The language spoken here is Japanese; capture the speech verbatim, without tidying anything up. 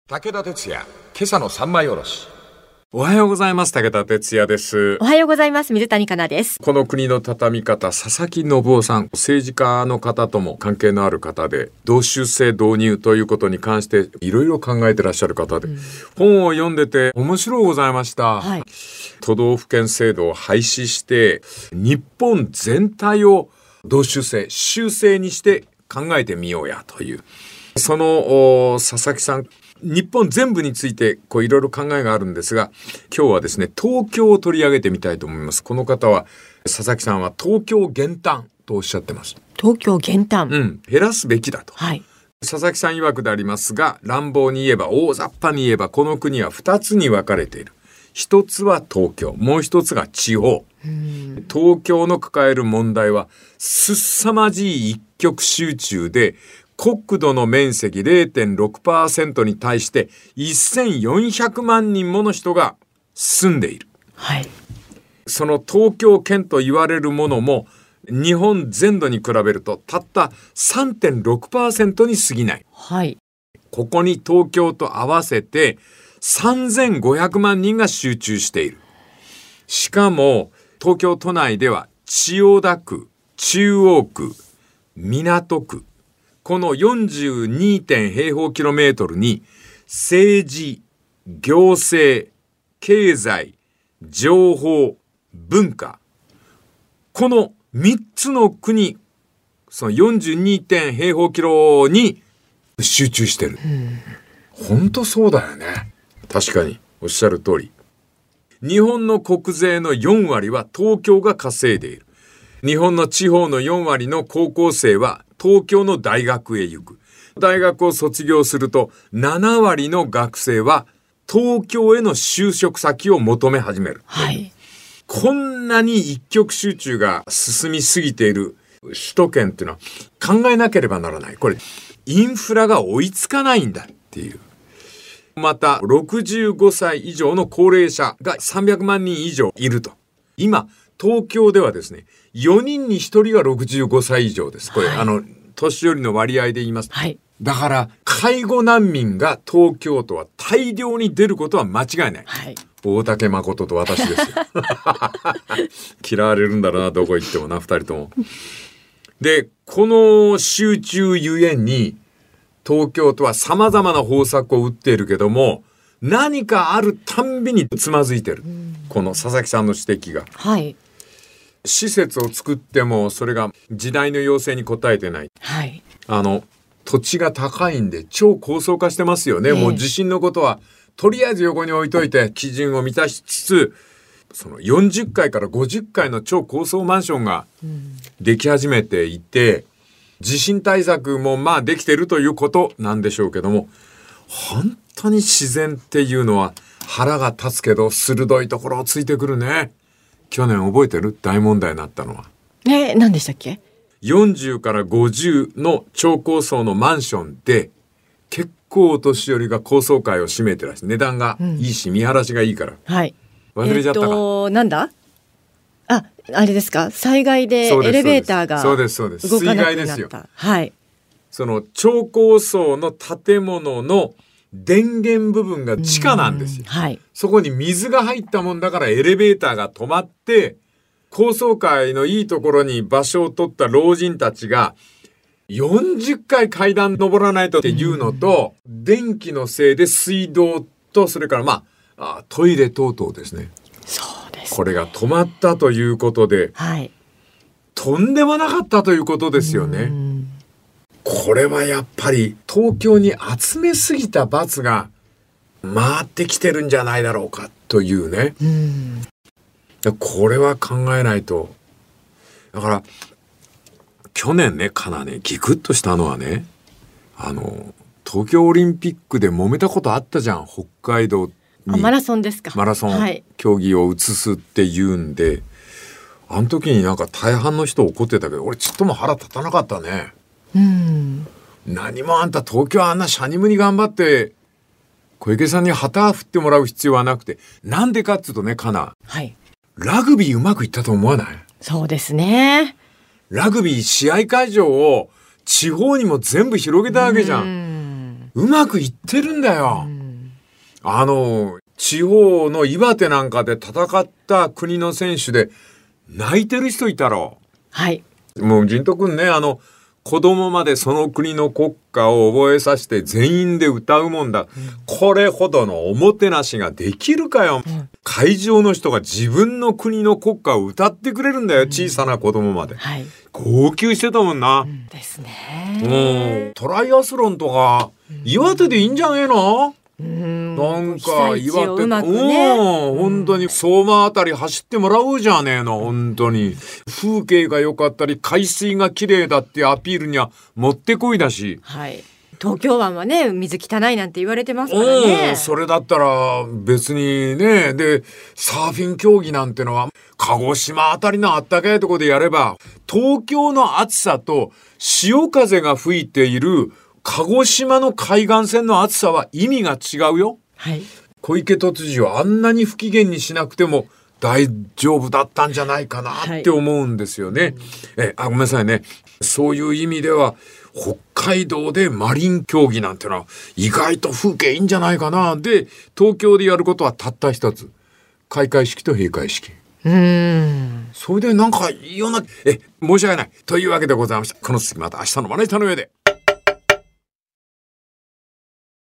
武田鉄矢、今朝の三枚おろし。 おはようございます。武田鉄矢です。 おはようございます。水谷香奈です。 この国の畳み方、佐々木信夫さん、政治家の方とも関係のある方で、同州制導入ということに関していろいろ考えてらっしゃる方で、うん、本を読んでて面白いございました、はい、都道府県制度を廃止して日本全体を同州制、州制にして考えてみようやという、その佐々木さん、日本全部についてこういろいろ考えがあるんですが、今日はですね、東京を取り上げてみたいと思います。この方は、佐々木さんは東京減反とおっしゃってます。 東京減反、 うん、減らすべきだと、 はい、 佐々木さん曰くでありますが、乱暴に言えば、大雑把に言えば、この国はふたつに分かれている。一つは東京、もう一つが地方。うん東京の抱える問題はすさまじい一極集中で、国土の面積 れいてんろくパーセント に対してせんよんひゃくまんにんもの人が住んでいる、 はい、 その東京圏と言われるものも日本全土に比べるとたった さんてんろくパーセント に過ぎない、 はい、 ここに東京と合わせてさんぜんごひゃくまんにんが集中している。しかも東京都内では千代田区、中央区、港区、このよんじゅうにてん平方キロメートルに政治、行政、経済、情報、文化、このみっつの区にそのよんじゅうにてん平方キロに集中してる。本当そうだよね。確かにおっしゃる通り。日本の国税のよんわりは東京が稼いでいる。日本の地方のよんわりの高校生は東京の大学へ行く。大学を卒業するとななわりの学生は東京への就職先を求め始める、 はい、 こんなに一極集中が進みすぎている首都圏っていうのは考えなければならない。これインフラが追いつかないんだっていう。またろくじゅうごさい以上の高齢者がさんびゃくまんにん以上いると。今東京ではですね、よにんにひとりがろくじゅうごさい以上です。これ、はい、あの年寄りの割合で言います、 はい、 だから介護難民が東京都は大量に出ることは間違いない、 はい、 大竹誠と私ですよ嫌われるんだろうな、どこ行ってもな、ふたりとも。でこの集中ゆえに東京都は様々な方策を打っているけども、何かあるたんびにつまずいてる。この佐々木さんの指摘が、 はい、 施設を作ってもそれが時代の要請に応えてない、 はい、 あの土地が高いんで超高層化してますよね、えー、もう地震のことはとりあえず横に置いといて基準を満たしつつ、そのよんじゅっかいからごじゅっかいの超高層マンションができ始めていて、うん、地震対策もまあできてるということなんでしょうけども、本当に自然っていうのは腹が立つけど鋭いところをついてくるね。去年覚えてる？大問題になったのは。 えー、何でしたっけ？ よんじゅうからごじゅうの超高層のマンションで結構お年寄りが高層階を占めてらっしゃる。値段がいいし、うん、見晴らしがいいから。 はい。 忘れちゃったか。えーと、 なんだ？あ、あれですか？災害でエレベーターが動かなくなった。そうですそうです。水害ですよ。 はい。その超高層の建物の電源部分が地下なんですよ、 はい、 そこに水が入ったもんだからエレベーターが止まって、高層階のいいところに場所を取った老人たちがよんじゅっかい階段登らないとっていうのと、電気のせいで水道とそれからまあトイレ等々ですね。 そうですね。 これが止まったということで、 はい、 とんでもなかったということですよね。これはやっぱり東京に集めすぎた罰が回ってきてるんじゃないだろうかというね。 うんこれは考えないと。だから去年ね、かなね、ギクッとしたのはね、あの東京オリンピックで揉めたことあったじゃん。北海道にマラソンですか。 マラソン競技を移すっていうんで、はい、あの時になんか大半の人怒ってたけど、俺ちっとも腹立たなかったね。 うん、 何もあんた東京あんなシャニムに頑張って小池さんに旗振ってもらう必要はなくて、なんでかっていうとね、かな、 はい、 ラグビーうまくいったと思わない？ そうですね。 ラグビー試合会場を地方にも全部広げたわけじゃん。うん、うまくいってるんだよ。うんあの地方の岩手なんかで戦った国の選手で泣いてる人いたろ。 はい。 もう仁斗くんね、あの子供までその国の国歌を覚えさせて全員で歌うもんだ、うん、これほどのおもてなしができるかよ、うん、会場の人が自分の国の国歌を歌ってくれるんだよ、うん、小さな子供まで、はい、号泣してたもんな、うん、 ですね。 うん、トライアスロンとか岩手でいいんじゃねえの、うん、なんか岩手、うまくね、うん、本当に相馬あたり走ってもらおうじゃねえの。本当に風景が良かったり海水が綺麗だってアピールにはもってこいだし、 はい、東京湾はね水汚いなんて言われてますからね。 それだったら別にね。でサーフィン競技なんてのは鹿児島あたりのあったかいところでやれば、東京の暑さと潮風が吹いている鹿児島の海岸線の暑さは意味が違うよ、はい、小池都知事はあんなに不機嫌にしなくても大丈夫だったんじゃないかなって思うんですよね、はい、えあごめんなさいね。そういう意味では北海道でマリン競技なんてのは意外と風景いいんじゃないかな。で東京でやることはたった一つ、開会式と閉会式。うーんそれでなんかいいようなえ申し訳ないというわけでございました。この次また明日のまな板の上で。